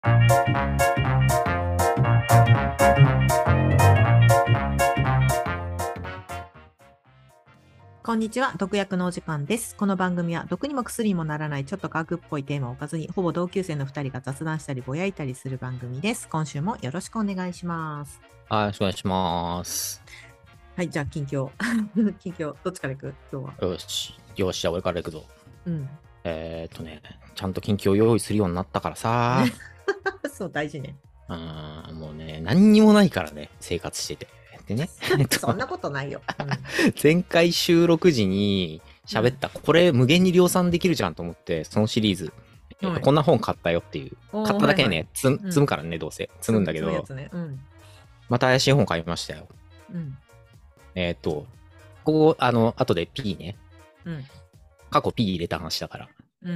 こんにちは、毒薬のお時間です。この番組は毒にも薬にもならないちょっと科学っぽいテーマを置かずに、ほぼ同級生の2人が雑談したりぼやいたりする番組です。今週もよろしくお願いします。 はい、よろしくお願いします。 はい、じゃあ近況。近況、どっちから行く今日は。 よし、よし、じゃあ俺から行くぞ。 うん。 ちゃんと近況用意するようになったからさ。 そう、大事ね。 もうね、何にもないからね、生活してて。でね、 そんなことないよ。 前回収録時に喋った、これ無限に量産できるじゃんと思って、そのシリーズ、 はいこんな本買ったよっていう。買っただけね、 はいはい積むからね、どうせ。積むんだけど、 ね。 また怪しい本買いましたよ。 うん。 ここ、後で P ね。 うん。 過去 P 入れた話だから。 うん。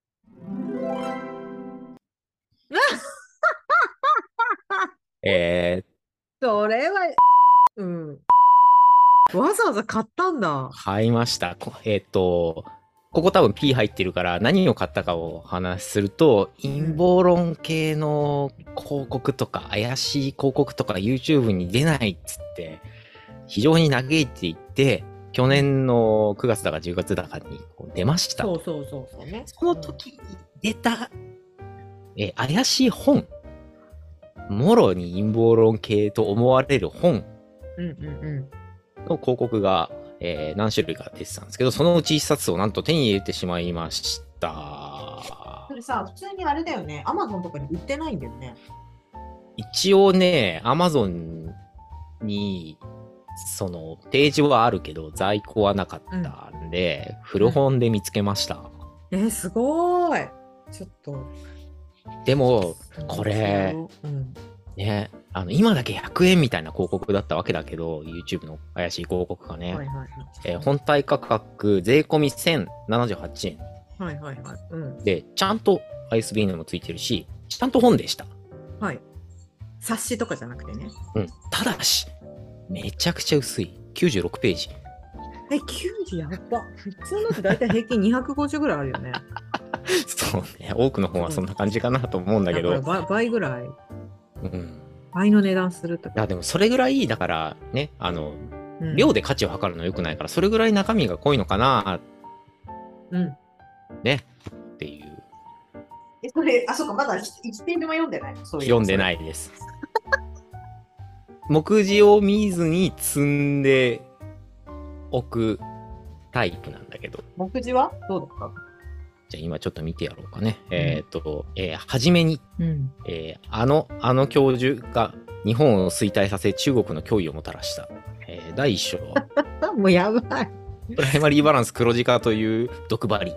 それは、うん。わざわざ買ったんだ。 買いました。ここ多分 P 入ってるから何を買ったかを話すると、陰謀論系の広告とか怪しい広告とか YouTube に出ないっつって非常に嘆いていて、去年の9月だか10月だかに出ました。 そうね。 その時に出た、怪しい本、もろに陰謀論系と思われる本の広告が何種類か出てたんですけど、そのうち1冊をなんと手に入れてしまいました。 それさ、普通にあれだよね。Amazon とかに売ってないんだよね。 一応ね、Amazon にそのページはあるけど在庫はなかったんで、古本で見つけました。 すごーい。ちょっと。 でもこれ、ね、今だけ100円みたいな広告だったわけだけど、 YouTube の怪しい広告がね、本体価格税込み1078円、でちゃんと ISBN もついてるし、ちゃんと本でした。 はい。冊子とかじゃなくてね。 ただしめちゃくちゃ薄い96ページ。 90やば。普通のって大体平均250ぐらいあるよね。 そうね、多くの本はそんな感じかなと思うんだけど、 倍ぐらい。倍の値段すると。 いやでもそれぐらいだからね、量で価値を測るのよくないから、それぐらい中身が濃いのかな、ねっていう。 それ、そうか、まだ1ページも読んでない。 読んでないです。目次を見ずに積んでおくタイプなんだけど。 目次はどうですか？ じゃあ今ちょっと見てやろうかね。はじめに、あの教授が日本を衰退させ中国の脅威をもたらした。第1章はもうやばい。 プライマリーバランス黒字化という毒針。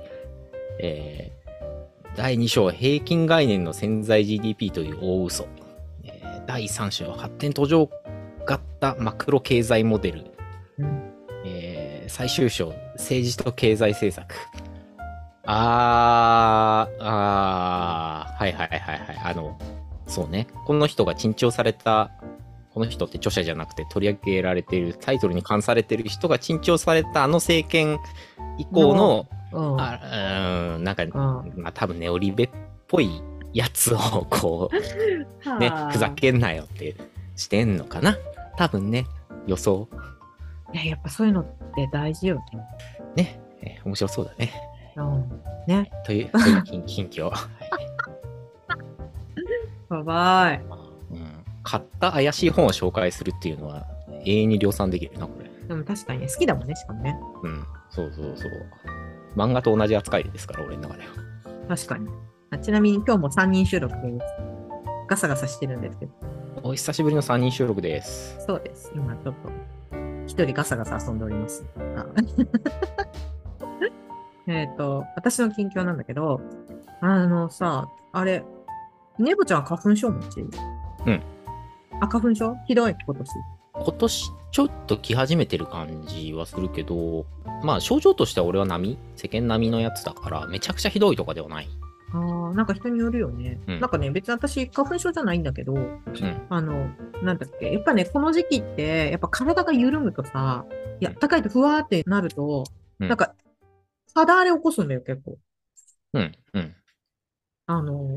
第2章は平均概念の潜在 GDP という大嘘。第3章は発展途上型マクロ経済モデル。最終章、政治と経済政策。はい。そうね。この人が珍重された、この人って著者じゃなくて取り上げられている、タイトルに冠されている人が珍重された政権以降の、なんか、まあ多分ネオリベっぽいやつをこう、ね、ふざけんなよってしてんのかな。多分ね、予想。 やっぱそういうのって大事よね。面白そうだね。 ね。 という近況。 やばい。 買った怪しい本を紹介するっていうのは永遠に量産できるな、これ。 でも確かにね、好きだもんね、しかもね。 そう。漫画と同じ扱いですから、俺の中では。 確かに。ちなみに今日も3人収録でガサガサしてるんですけど。 お久しぶりの3人収録です。 そうです。今ちょっと1人ガサガサ遊んでおります。私の近況なんだけど、さ、あれ、ねぼちゃんは花粉症持ち？花粉症ひどい、今年。 今年ちょっと来始めてる感じはするけど、まあ症状としては俺は世間並みのやつだから、めちゃくちゃひどいとかではない。 なんか人によるよね。なんかね、別に私、花粉症じゃないんだけど、なんだっけ、やっぱね、この時期って、やっぱ体が緩むとさ、高いとふわーってなると、なんか、肌荒れ起こすんだよ、結構。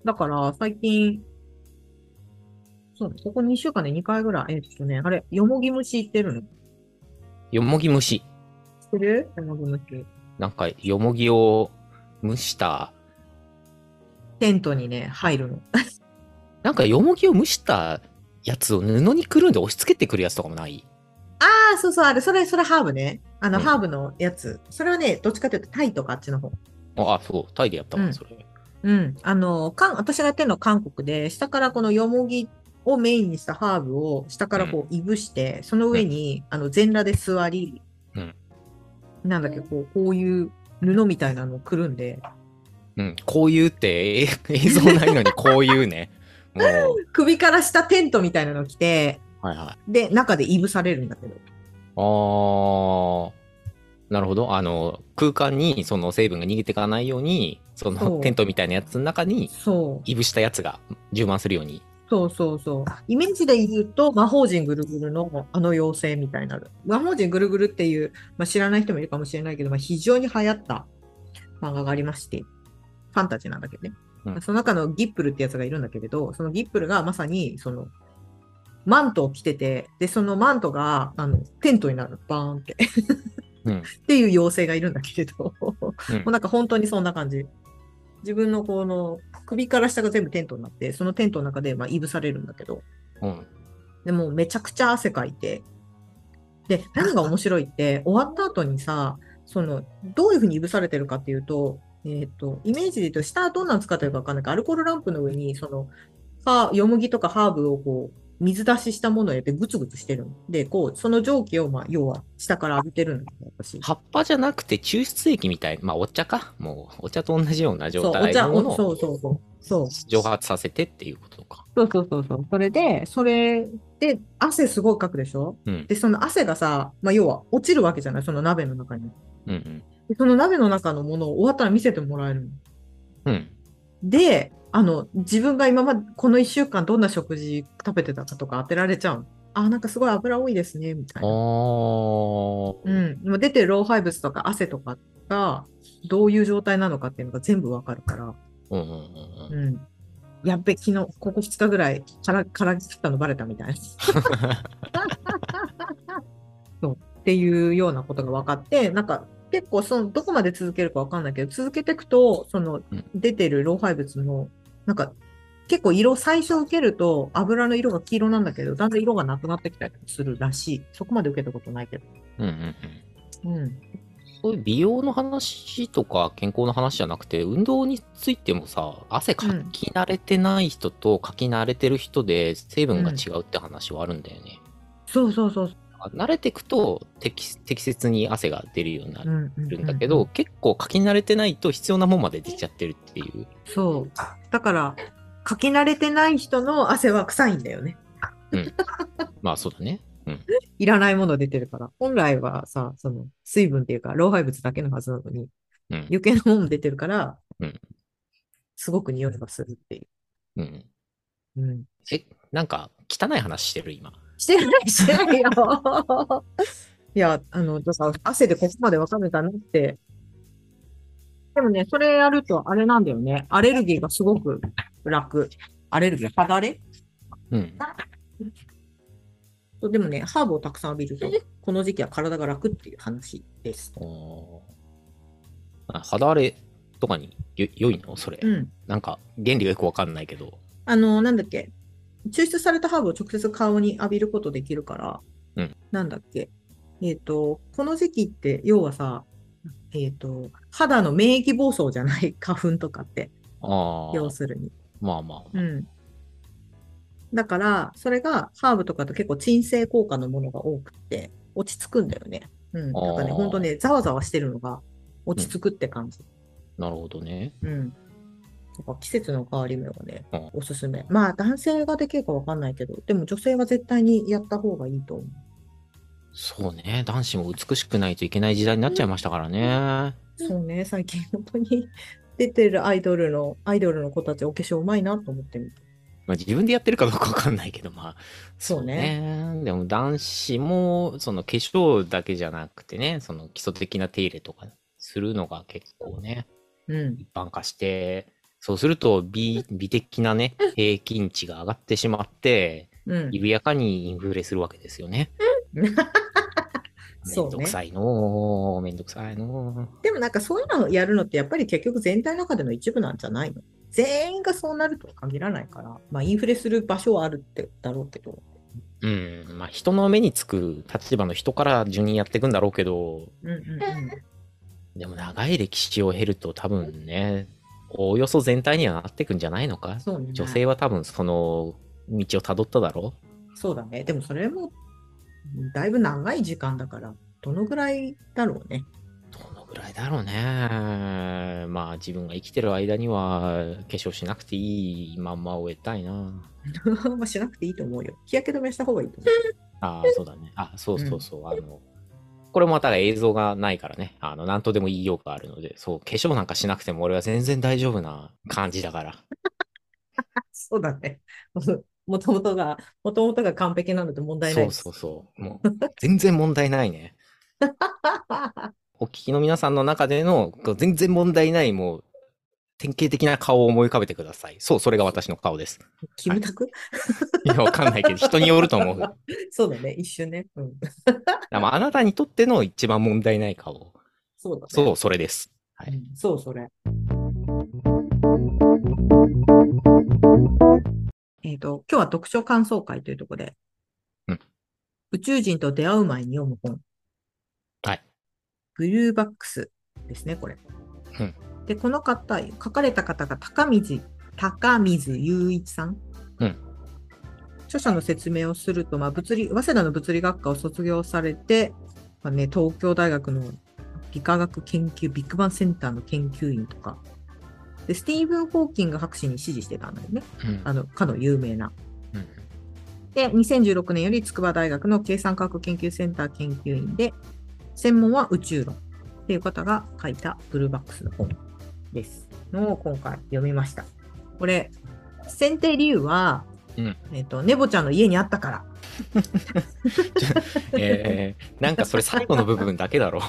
だから最近、そうね、ここ2週間で2回ぐらい、あれ、よもぎ蒸し行ってるの。知よもぎ蒸し。 ってるよもぎ蒸し。 なんか、よもぎを蒸した、 テントにね、入るの。 なんかよもぎを蒸したやつを布にくるんで押し付けてくるやつとかもない？ ああ、そうそう、あれ、それハーブね。 うん。 ハーブのやつ。それはね、どっちかというとタイとかあっちの方。 そう、タイでやったわ、 うん。 それ。 うん。私がやってるのは韓国で、下からこのヨモギをメインにしたハーブを下かうん。 らこういぶして、そのうん。 上に、全裸で座り、 うん。 なんだっけ、こういう布みたいなのをくるんで、 うん。こういうって映像ないのにこういうね。も首から下テントみたいなのを着て、 う、はいはい。 で、中でいぶされるんだけど。 あー、なるほど。空間にその成分が逃げていかないように、そのテンそう、 トみたいなやつの中に、 そう、 いぶしたやつが充満するように。 そうそうそう。イメージで言うと、魔法陣ぐるぐるのあの妖精みたいになる。魔法陣ぐるぐるっていう、知らない人もいるかもしれないけど、非常に流行った漫画がありまして、ファンタジーなんだけどね。 うん。 その中のギップルってやつがいるんだけれど、そのギップルがまさに、マントを着てて、で、そのマントが、テントになる。バーンって。 うん。 っていう妖精がいるんだけれど、もうん。 うなんか本当にそんな感じ。自分のこの首から下が全部テントになって、そのテントの中でいぶされるんだけど、 うん。 でもめちゃくちゃ汗かいて、で、何が面白いって、終わった後にさ、どういうふうにいぶされてるかっていうと、イメージで言うと、下はどんなの使ってるかわかんないけど、アルコールランプの上に、ヨモギとかハーブをこう、水出ししたものをやってグツグツしてるの。で、こう、その蒸気を、要は、下から浴びてるんだよ、私。 葉っぱじゃなくて抽出液みたい。まあ、お茶か。もう、お茶と同じような状そう、 態のものをそうそうそう。そう。 蒸発させてっていうことか。 そうそうそうそう。それで、汗すごいかくでしょ。 うん。 で、その汗がさ、要は落ちるわけじゃない、その鍋の中に。 うんうん。 でその鍋の中のものを終わったら見せてもらえるの。 うん。 で、自分が今までこの1週間どんな食事食べてたかとか当てられちゃうの。あ、なんかすごい油多いですね、みたあいな。うー。 ん。でも出てる老廃物とか汗とかがどういう状態なのかっていうのが全部わかるから。 うんうんうんうん。 うん。やっべ、昨日、ここ2日ぐらいから切ったのバレたみたいな。そうっていうようなことが分かって、なんか結構どこまで続けるか分かんないけど、続けていくと、 うん。 出てる老廃物の、なんか結構最初受けると油の色が黄色なんだけど、だんだん色がなくなってきたりするらしい。そこまで受けたことないけど。 うんうんうん。 うん。 そういう美容の話とか健康の話じゃなくて、運動についてもさ、汗かうん。 き慣れてない人とかき慣れてる人で成分がうん。 違うって話はあるんだよね。 そうそうそう。 慣れてくと適切に汗が出るようになうん。うん。 るんうん。 だけど、 うん。 結構かき慣れてないと必要なもんまで出ちゃってるっていう。 そう。だから、かき慣れてない人の汗は臭いんだよね。 うん。まあそうだね。うん。 いらないもの出てるから。本来はさ、水分っていうか、老廃物だけのはずなのに、 うん。 余計なもの出てるから、 うん。 すごく匂いがするっていうん。 う。うん。 なんか汚い話してる今。 してない、してないよ。いや、だから汗でここまでわかるんだなって。でもね、それやるとあれなんだよね。アレルギーがすごく楽。アレルギー、肌荒れうん。 そうでもね、ハーブをたくさん浴びると、この時期は体が楽っていう話です。 おー、肌荒れとかに良いのそれ？ うん。 なんか原理がよくわかんないけど。 なんだっけ。抽出されたハーブを直接顔に浴びることできるから、 うん。 なんだっけ。この時期って、要はさ、肌の免疫暴走じゃない花粉とかって、要ああ、 するに。 まあまあまあ。 うん。だから、それがハーブとかと結構鎮静効果のものが多くて、落ち着くんだよね。うん。だからね、ほんとああ、 ね、ざわざわしてるのがうん。 落ち着くって感じ。 なるほどね。 うん。やっぱ季節の変わり目はね、 うん。 おすすめ。まあ、男性ができるかわかんないけど、でも女性は絶対にやった方がいいと思う。 そうね。男子も美しくないといけない時代になっちゃいましたからね。 そうね、最近本当に出てるアイドルの子たちお化粧うまいなと思ってみて。 まあ自分でやってるかどうかわかんないけど、まあ、そうそうね。 ね。でも男子も、その化粧だけじゃなくてね、その基礎的な手入れとかするのが結構ね、 うん。 一般化して、 そうすると美的なね、平均値が上がってしまって、緩やかにインフレするわけですよね。めんどくさいのー、めんどくさいのー。でもなんかそういうのをやるのってやっぱり結局全体の中での一部なんじゃないの？全員がそうなるとは限らないから、まあインフレする場所はあるってだろうけど。 まあ人の目につく立場の人から順にやっていくんだろうけど、でも長い歴史を経ると多分ね、おおよそ全体にはなっていくんじゃないのか。そうね、女性は多分その道をたどっただろう。そうだね。でもそれもだいぶ長い時間だから、どのぐらいだろうね。 どのぐらいだろうね。まあ自分が生きてる間には化粧しなくていいまんま終えたいな。 まあしなくていいと思うよ。日焼け止めした方がいいと思う。 ああ、そうだね。あ、そうそうそう。これもまた映像がないからね。なんとでも言いようがあるので、そう、化粧なんかしなくても俺は全然大丈夫な感じだから。 そうだね。もともとが完璧なので問題ないです。 そうそうそう。もう、全然問題ないね。お聞きの皆さんの中での、全然問題ない、もう、典型的な顔を思い浮かべてください。そう、それが私の顔です。 キムタク、 いや、わかんないけど、人によると思う。 そうだね、一瞬ね。 あなたにとっての一番問題ない顔。 そうだね。 そう、それです。 はい。そう、それ。今日は読書感想会というところで、宇宙人と出会う前に読む本。 はい。 ブルーバックスですね、これ。で、この方、書かれた方が高水雄一さん。著者の説明をすると、早稲田の物理学科を卒業されて、東京大学の理化学研究ビッグバンセンターの研究員とか、でスティーブン・ホーキング博士に師事してたんだよね。かの有名な。で、2016年より筑波大学の計算科学研究センター研究員で、専門は宇宙論っていう方が書いたブルーバックスの本ですのを今回読みました。これ、選定理由は、ネボちゃんの家にあったから。 なんかそれ最後の部分だけだろ。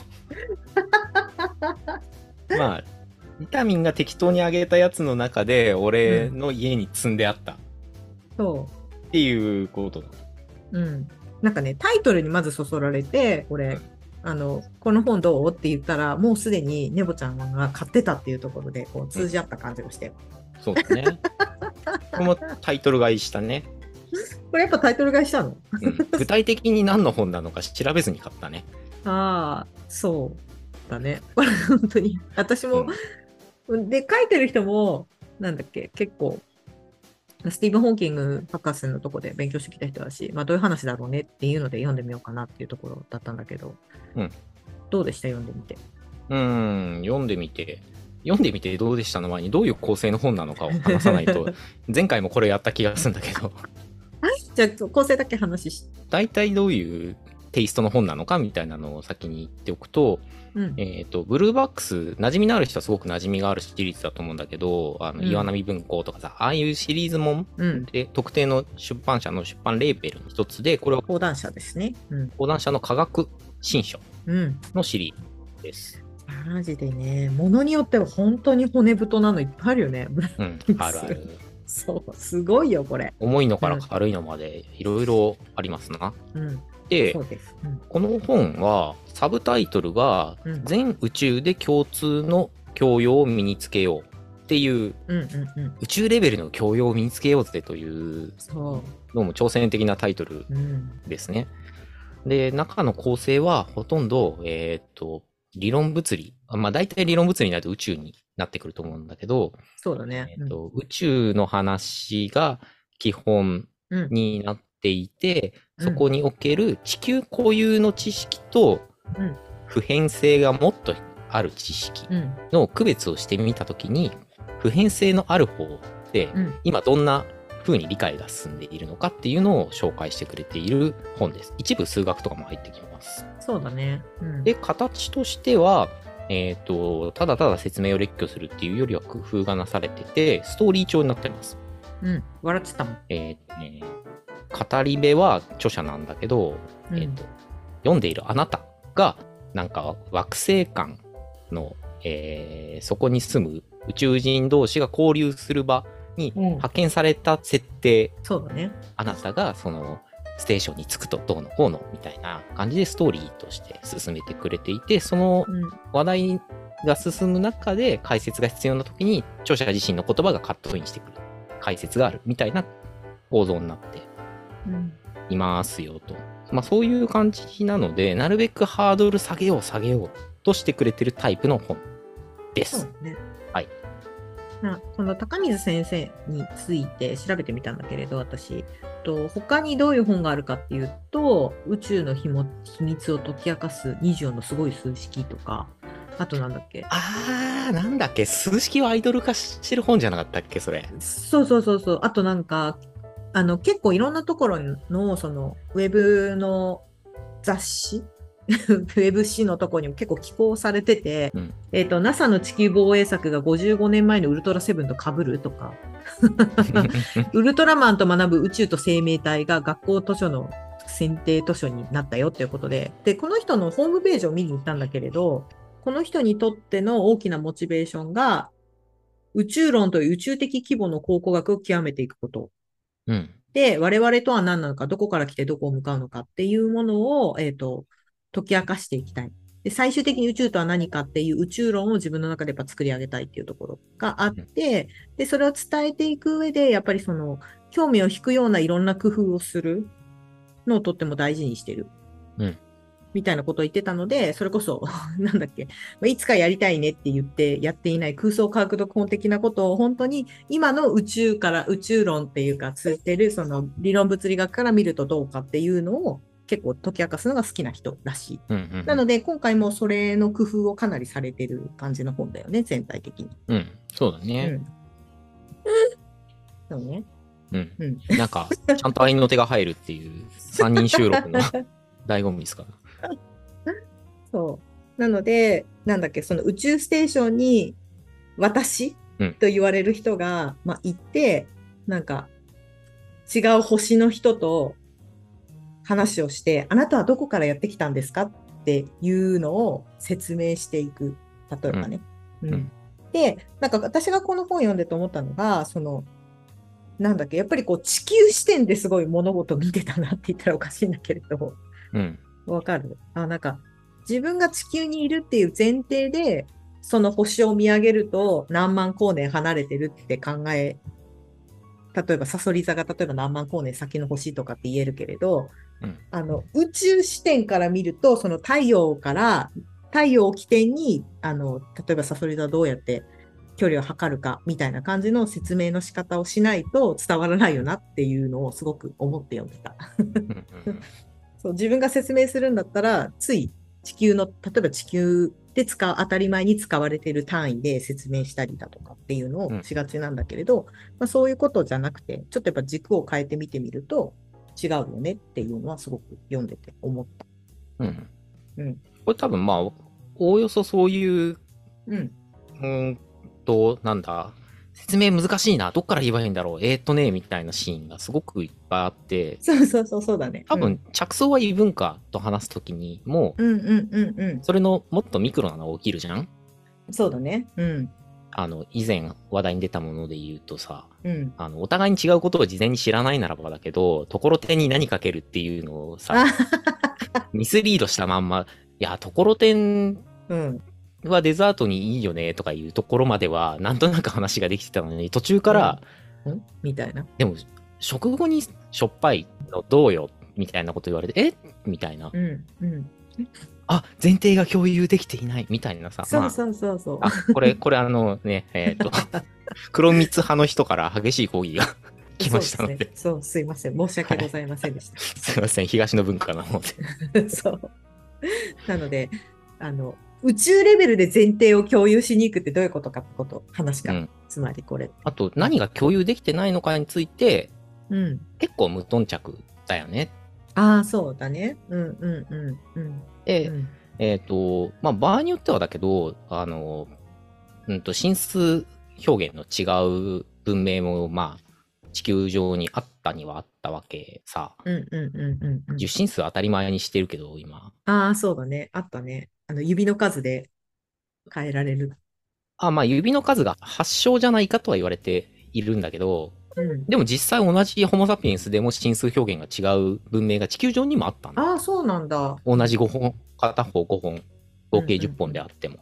まあ、ビタミンが適当にあげたやつの中で、俺の家に積んであった。 そう。 っていうことだ。 なんかね、タイトルにまずそそられて、俺、この本どうって言ったら、もうすでにネボちゃんが買ってたっていうところで、こう通じ合った感じがして。 そうだね。これもタイトル買いしたね。 これやっぱタイトル買いしたの？ 具体的に何の本なのか調べずに買ったね。 ああ、そうだね。これ本当に。私も、で、書いてる人も、なんだっけ、結構、スティーブン・ホーキング博士のとこで勉強してきた人だし、どういう話だろうねっていうので読んでみようかなっていうところだったんだけど、どうでした？読んでみて。 読んでみてどうでしたの前にどういう構成の本なのかを話さないと、前回もこれやった気がするんだけど。 じゃあ構成だけ話して。 大体どういうテイストの本なのかみたいなのを先に言っておくと、ブルーバックス、馴染みのある人はすごく馴染みがあるシリーズだと思うんだけど、岩波文庫とかさ、ああいうシリーズもん、で、特定の出版社の出版レーベルの一つで、これは講談社ですね。 講談社の科学新書のシリーズです。 マジでね、ものによっては本当に骨太なのいっぱいあるよね。 あるある。 そう、すごいよ、これ。 重いのから軽いのまでいろいろありますな。で、この本はサブタイトルが全宇宙で共通の教養を身につけようっていう、宇宙レベルの教養を身につけようぜというどうも挑戦的なタイトルですね。で、中の構成はほとんど理論物理、大体理論物理になると宇宙になってくると思うんだけど、 そうだね。 宇宙の話が基本になっていて、そこにおける地球固有の知識と普遍性がもっとある知識の区別をしてみたときに、普遍性のある方で今どんな風に理解が進んでいるのかっていうのを紹介してくれている本です。一部数学とかも入ってきます。 そうだね。 で、形としては、ただただ説明を列挙するっていうよりは工夫がなされてて、ストーリー調になってます。 笑ってたもん。 語り部は著者なんだけど、読んでいるあなたが、なんか惑星間の、そこに住む宇宙人同士が交流する場に派遣された設定、 そうだね。 あなたがそのステーションに着くとどうのこうのみたいな感じでストーリーとして進めてくれていて、その話題が進む中で解説が必要な時に著者自身の言葉がカットインしてくる解説があるみたいな構造になっていますよと。まあそういう感じなので、なるべくハードル下げようとしてくれてるタイプの本です。 そうね。 はい。 この高水先生について調べてみたんだけれど、私、他にどういう本があるかっていうと、宇宙の秘密を解き明かす24のすごい数式とか、あとなんだっけ。 なんだっけ、数式をアイドル化してる本じゃなかったっけ、それ。 そう。あとなんか、結構いろんなところの、その、ウェブの雑誌ウェブ誌のところにも結構寄稿されてて、NASA の地球防衛策が55年前のウルトラセブンと被るとか、ウルトラマンと学ぶ宇宙と生命体が学校図書の選定図書になったよっていうことで、この人のホームページを見に行ったんだけれど、この人にとっての大きなモチベーションが、宇宙論という宇宙的規模の考古学を極めていくこと。で、我々とは何なのか、どこから来てどこを向かうのかっていうものを、解き明かしていきたい。で、最終的に宇宙とは何かっていう宇宙論を自分の中でやっぱ作り上げたいっていうところがあって、で、それを伝えていく上で、やっぱりその、興味を引くようないろんな工夫をするのをとっても大事にしてる。みたいなことを言ってたので、それこそ、なんだっけ、いつかやりたいねって言ってやっていない空想科学読本的なことを本当に今の宇宙から宇宙論っていうか、ついてるその理論物理学から見るとどうかっていうのを結構解き明かすのが好きな人らしい。なので、今回もそれの工夫をかなりされてる感じの本だよね、全体的に。 そうだね。 そうね。 なんか、ちゃんと合いの手が入るっていう3人収録の醍醐味ですから。 そう。なので、なんだっけ、その宇宙ステーションに私と言われる人が、行って、なんか違う星の人と話をして、あなたはどこからやってきたんですかっていうのを説明していく。例えばね。で、なんか私がこの本読んでと思ったのが、その、なんだっけ、やっぱりこう地球視点ですごい物事見てたなって言ったらおかしいんだけれど、わかる？なんか自分が地球にいるっていう前提で、その星を見上げると何万光年離れてるって考え、例えばサソリ座が例えば何万光年先の星とかって言えるけれど、宇宙視点から見ると、その太陽を起点に、例えばサソリ座どうやって距離を測るかみたいな感じの説明の仕方をしないと伝わらないよなっていうのをすごく思って読んでた。そう、自分が説明するんだったら、つい地球の、例えば地球で当たり前に使われている単位で説明したりだとかっていうのをしがちなんだけれど、そういうことじゃなくて、ちょっとやっぱ軸を変えてみてみると違うよねっていうのはすごく読んでて思った。 これ多分まあ、おおよそそういう、なんだ、説明難しいな、どっから言えばいいんだろう、みたいなシーンがすごくいっぱいあって、 そうだね。 多分、着想は異文化と話すときにもう、それのもっとミクロなのが起きるじゃん？ そうだね。 以前話題に出たもので言うとさ、お互いに違うことを事前に知らないならばだけど、ところてんに何かけるっていうのをさ、ミスリードしたまんま、いや、ところてんはデザートにいいよねとかいうところまでは、なんとなく話ができてたのに、途中から、 みたいな。 でも、食後にしょっぱいのどうよみたいなこと言われて、みたいな。前提が共有できていないみたいなさ。 そう。 これ黒蜜派の人から激しい抗議が来ましたので。 そう、すいません。申し訳ございませんでした。 すいません。東の文化なので。 そう。なので、宇宙レベルで前提を共有しに行くってどういうことかってこと話か、つまりこれ。 あと、何が共有できてないのかについて、結構無頓着だよね。 そうだね。 で、場合によってはだけど、進数表現の違う文明も、地球上にあったにはあったわけさ。10進数当たり前にしてるけど、今。 そうだね。あったね。指の数で変えられる。 まあ指の数が発祥じゃないかとは言われているんだけど、でも実際同じホモ・サピエンスでも進数表現が違う文明が地球上にもあったんだ。 ああ、そうなんだ。 同じ5本、片方5本、合計10本であっても。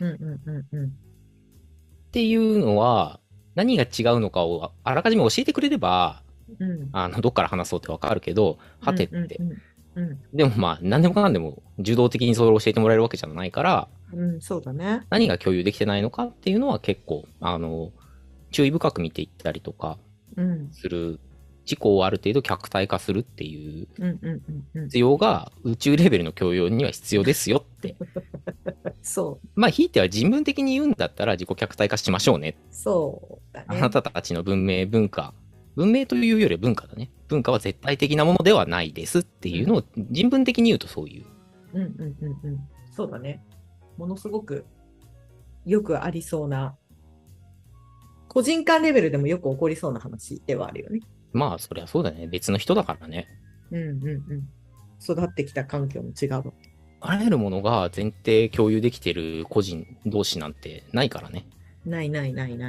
っていうのは、何が違うのかをあらかじめ教えてくれれば、どっから話そうってわかるけど、はてって。でもまあ、何でもかんでも受動的にそれを教えてもらえるわけじゃないから、 そうだね。 何が共有できてないのかっていうのは結構、注意深く見ていったりとかする、事故をある程度客体化するっていう必要が宇宙レベルの教養には必要ですよって。 そう。 まあ、ひいては人文的に言うんだったら自己客体化しましょうね。 そうだね。 あなたたちの文明、文化、文明というよりは文化だね。文化は絶対的なものではないですっていうのを人文的に言うとそういう。 そうだね。ものすごくよくありそうな、個人間レベルでもよく起こりそうな話ではあるよね。 まあ、そりゃそうだね。別の人だからね。 育ってきた環境も違う。 あらゆるものが前提共有できてる個人同士なんてないからね。 ない。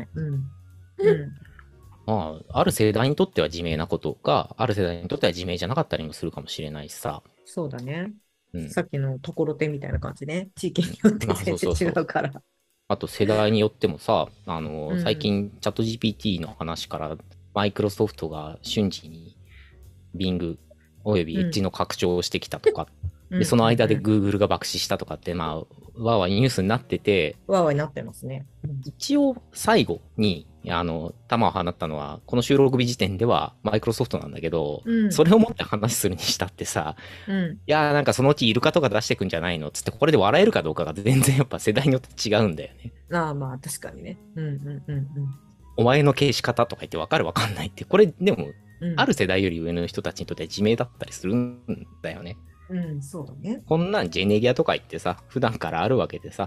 まあ、ある世代にとっては自明なことが、ある世代にとっては自明じゃなかったりもするかもしれないしさ。 そうだね。さっきのところてんみたいな感じね。地域によって全然違うから。 あと世代によってもさ、最近チャット GPT の話からマイクロソフトが瞬時に Bing および Edge の拡張をしてきたとか、でその間で Google が爆死したとかって、まあ、わーわーニュースになってて、 わーわーになってますね。 一応最後に、弾を放ったのは、この収録日時点ではマイクロソフトなんだけど、それをもって話するにしたってさ、いやーなんかそのうちイルカとか出してくんじゃないのつって、これで笑えるかどうかが全然やっぱ世代によって違うんだよね。 まあ確かにね。 お前の消し方とか言って分かる分かんないって、これでも、ある世代より上の人たちにとっては自明だったりするんだよね。 そうだね。 こんなんジェネギアとか言ってさ、普段からあるわけでさ、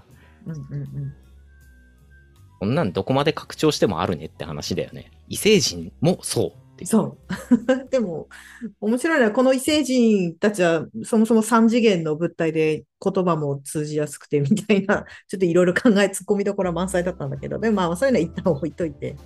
こんなんどこまで拡張してもあるねって話だよね。異星人もそうってそう。でも、面白いのは、この異星人たちは、そもそも3次元の物体で言葉も通じやすくてみたいな、ちょっといろいろ突っ込みどころは満載だったんだけど、でもまあ、そういうのは一旦置いといて。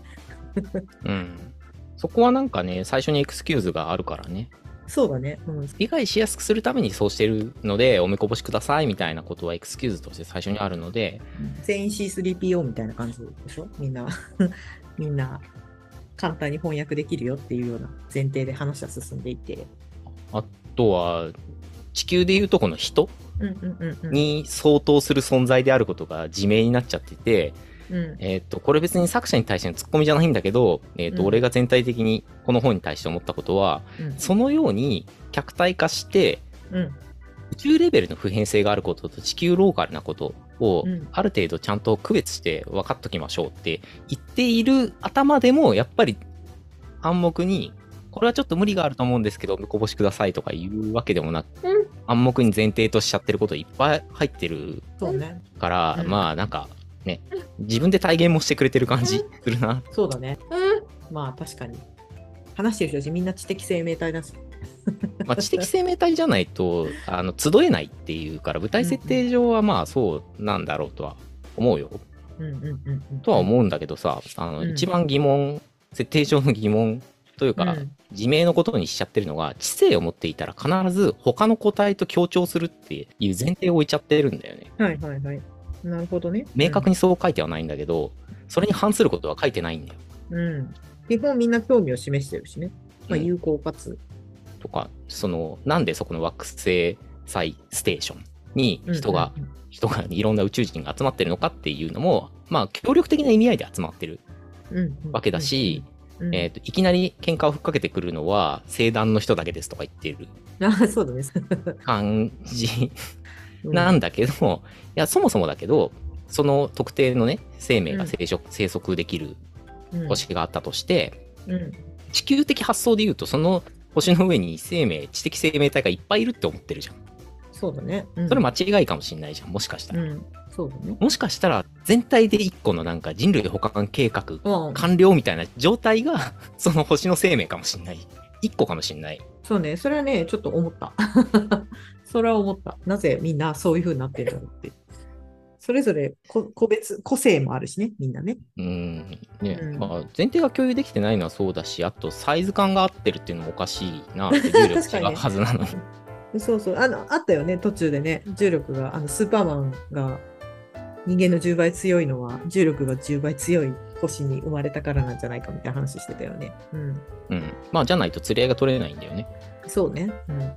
そこはなんかね、最初にエクスキューズがあるからね。 そうだね。 理解しやすくするためにそうしてるので、おめこぼしくださいみたいなことはエクスキューズとして最初にあるので。 全員 C3PO みたいな感じでしょみんな簡単に翻訳できるよっていうような前提で話は進んでいて。 あとは、地球でいうとこの人に相当する存在であることが自明になっちゃってて、これ別に作者に対してのツッコミじゃないんだけど、俺が全体的にこの本に対して思ったことは、そのように客体化して、宇宙レベルの普遍性があることと地球ローカルなことをある程度ちゃんと区別して分かっときましょうって言っている頭でも、やっぱり暗黙にこれはちょっと無理があると思うんですけど、おこぼしくださいとか言うわけでもなく、暗黙に前提としちゃってることいっぱい入ってるから、まあなんかね、自分で体現もしてくれてる感じするな。 そうだね。まあ確かに。話してる人たちみんな知的生命体だし。 まあ知的生命体じゃないと集えないっていうから、舞台設定上はまあそうなんだろうとは思うよ。とは思うんだけどさ、一番疑問、設定上の疑問というか、自明のことにしちゃってるのが、知性を持っていたら必ず他の個体と協調するっていう前提を置いちゃってるんだよね。 なるほどね。 明確にそう書いてはないんだけど、それに反することは書いてないんだよ。 基本みんな興味を示してるしね。まあ、有効かつ。 とか、なんでそこの惑星際ステーションに人がいろんな宇宙人が集まってるのかっていうのも、まあ、協力的な意味合いで集まってるわけだし、いきなり喧嘩をふっかけてくるのは、星団の人だけですとか言ってるそうだね。 感じなんだけど、いや、そもそもだけど、その特定のね、生命が生息できる星があったとして、地球的発想で言うと、その星の上に知的生命体がいっぱいいるって思ってるじゃん。 そうだね。 それ間違いかもしれないじゃん、もしかしたら。 そうだね。 もしかしたら、全体で一個のなんか人類捕獲計画完了みたいな状態が、その星の生命かもしれない。一個かもしれない。 そうね、それはね、ちょっと思った。それは思った。なぜみんなそういう風になってるんだろうって。 それぞれ個性もあるしね、みんなね。 まあ、前提が共有できてないのはそうだし、あとサイズ感が合ってるっていうのもおかしいなって、重力違うはずなのに。 そうそう、あったよね、途中でね、重力が、スーパーマンが人間の10倍強いのは、重力が10倍強い星に生まれたからなんじゃないかみたいな話してたよね。 まあ、じゃないと釣り合いが取れないんだよね。 そうね。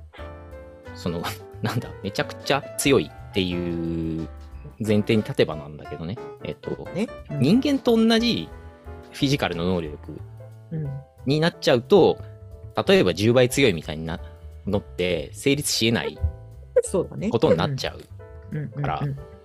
めちゃくちゃ強いっていう前提に立てばなんだけどね。人間と同じフィジカルの能力になっちゃうと、例えば10倍強いみたいなのって成立し得ないことになっちゃうから。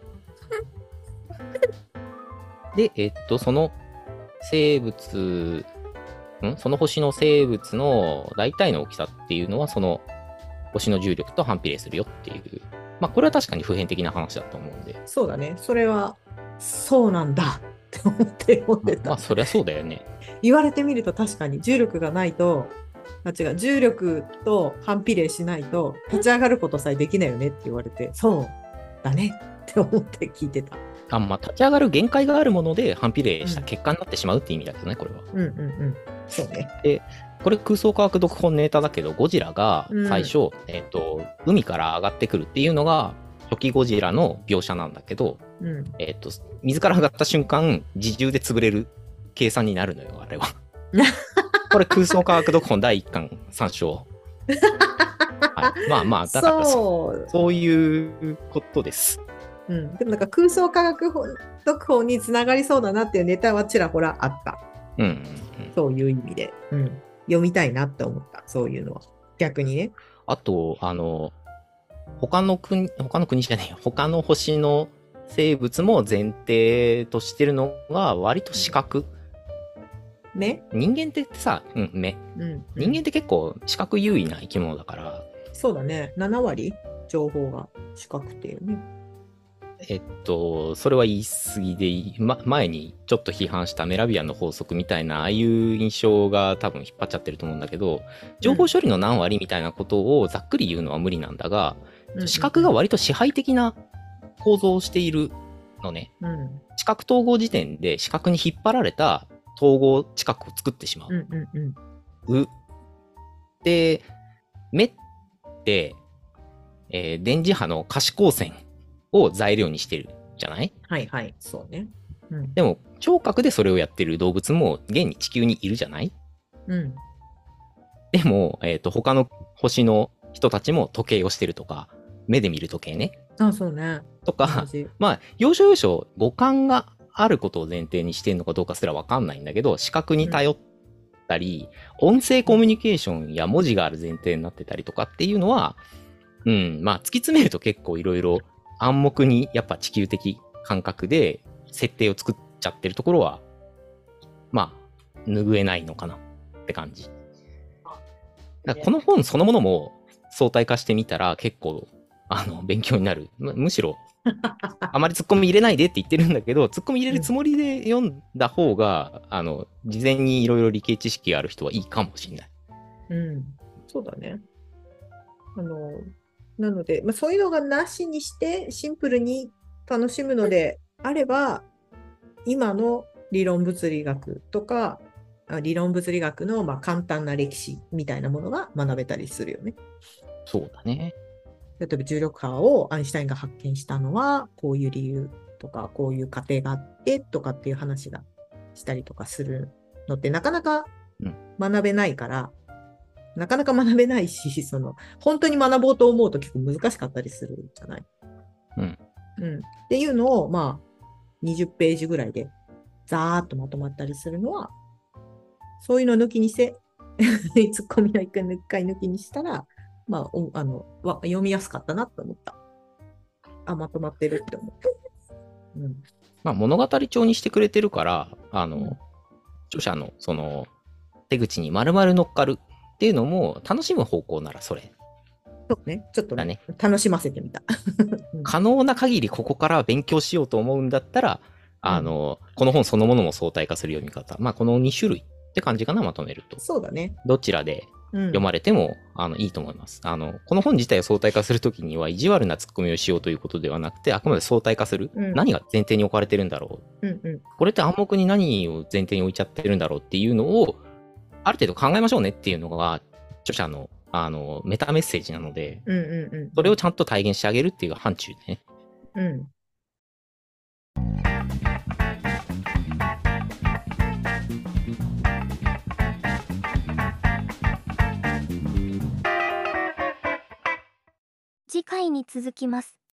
で、その生物、その星の生物の大体の大きさっていうのは、その星の重力と反比例するよっていう。まあ、これは確かに普遍的な話だと思うんで。 そうだね。それは、そうなんだって思ってた。 まあ、そりゃそうだよね。 言われてみると確かに重力がないと、重力と反比例しないと立ち上がることさえできないよねって言われて、そうだねって思って聞いてた。 まあ、立ち上がる限界があるもので反比例した結果になってしまうって意味だけどね、これは。 そうね。 で、これ空想科学読本ネタだけど、ゴジラが最初、海から上がってくるっていうのが初期ゴジラの描写なんだけど、水から上がった瞬間、自重で潰れる計算になるのよ、あれは。これ空想科学読本第1巻参照。はい、まあまあ、だからそういうことです。 でもなんか空想科学読本につながりそうだなっていうネタはちらほらあった。そういう意味で、読みたいなって思った。そういうのは。逆にね。 あと、他の国じゃねえよ。他の星の生物も前提としてるのが割と視覚。 ね。 人間ってさ、目。人間って結構視覚優位な生き物だから。 そうだね。7割情報が視覚っていうね。 それは言い過ぎで前にちょっと批判したメラビアンの法則みたいな、ああいう印象が多分引っ張っちゃってると思うんだけど、情報処理の何割みたいなことをざっくり言うのは無理なんだが、視覚が割と支配的な構造をしているのね。視覚統合時点で視覚に引っ張られた統合知覚を作ってしまう。で、目って、電磁波の可視光線を材料にしてるじゃない？ はいはい、そうね。 でも、聴覚でそれをやってる動物も現に地球にいるじゃない？でも、他の星の人たちも時計をしてるとか、目で見る時計ね。 そうね。 とか、まあ、要所要所五感があることを前提にしてるのかどうかすらわかんないんだけど、視覚に頼ったり、音声コミュニケーションや文字がある前提になってたりとかっていうのは、まあ、突き詰めると結構いろいろ暗黙にやっぱ地球的感覚で設定を作っちゃってるところは、まあ、拭えないのかなって感じ。だからこの本そのものも相対化してみたら結構、勉強になる。むしろ、あまり突っ込み入れないでって言ってるんだけど、突っ込み入れるつもりで読んだ方が、事前にいろいろ理系知識がある人はいいかもしれない。 そうだね。なので、そういうのがなしにしてシンプルに楽しむのであれば、今の理論物理学とか、理論物理学の簡単な歴史みたいなものが学べたりするよね。 そうだね。 例えば重力波をアインシュタインが発見したのはこういう理由とかこういう過程があってとかっていう話がしたりとかするのってなかなか学べないから、なかなか学べないし、本当に学ぼうと思うと結構難しかったりするじゃない。っていうのを20ページぐらいでざーっとまとまったりするのは、そういうの抜きにしてツッコミを一回抜きにしたら、読みやすかったなと思った。まとまってるって思って。 物語調にしてくれてるから、著者のその手口に丸々乗っかるっていうのも楽しむ方向ならそれ。 そうね。ちょっとね、楽しませてみた。 可能な限りここから勉強しようと思うんだったら、この本そのものも相対化する読み方。この2種類って感じかな、まとめると。 そうだね。 どちらで読まれても、いいと思います。この本自体を相対化するときには、意地悪なツッコミをしようということではなくて、あくまで相対化する。何が前提に置かれてるんだろう。これって暗黙に何を前提に置いちゃってるんだろうっていうのを、ある程度考えましょうねっていうのが、著者の、メタメッセージなので、それをちゃんと体現してあげるっていう範疇でね。 次回に続きます。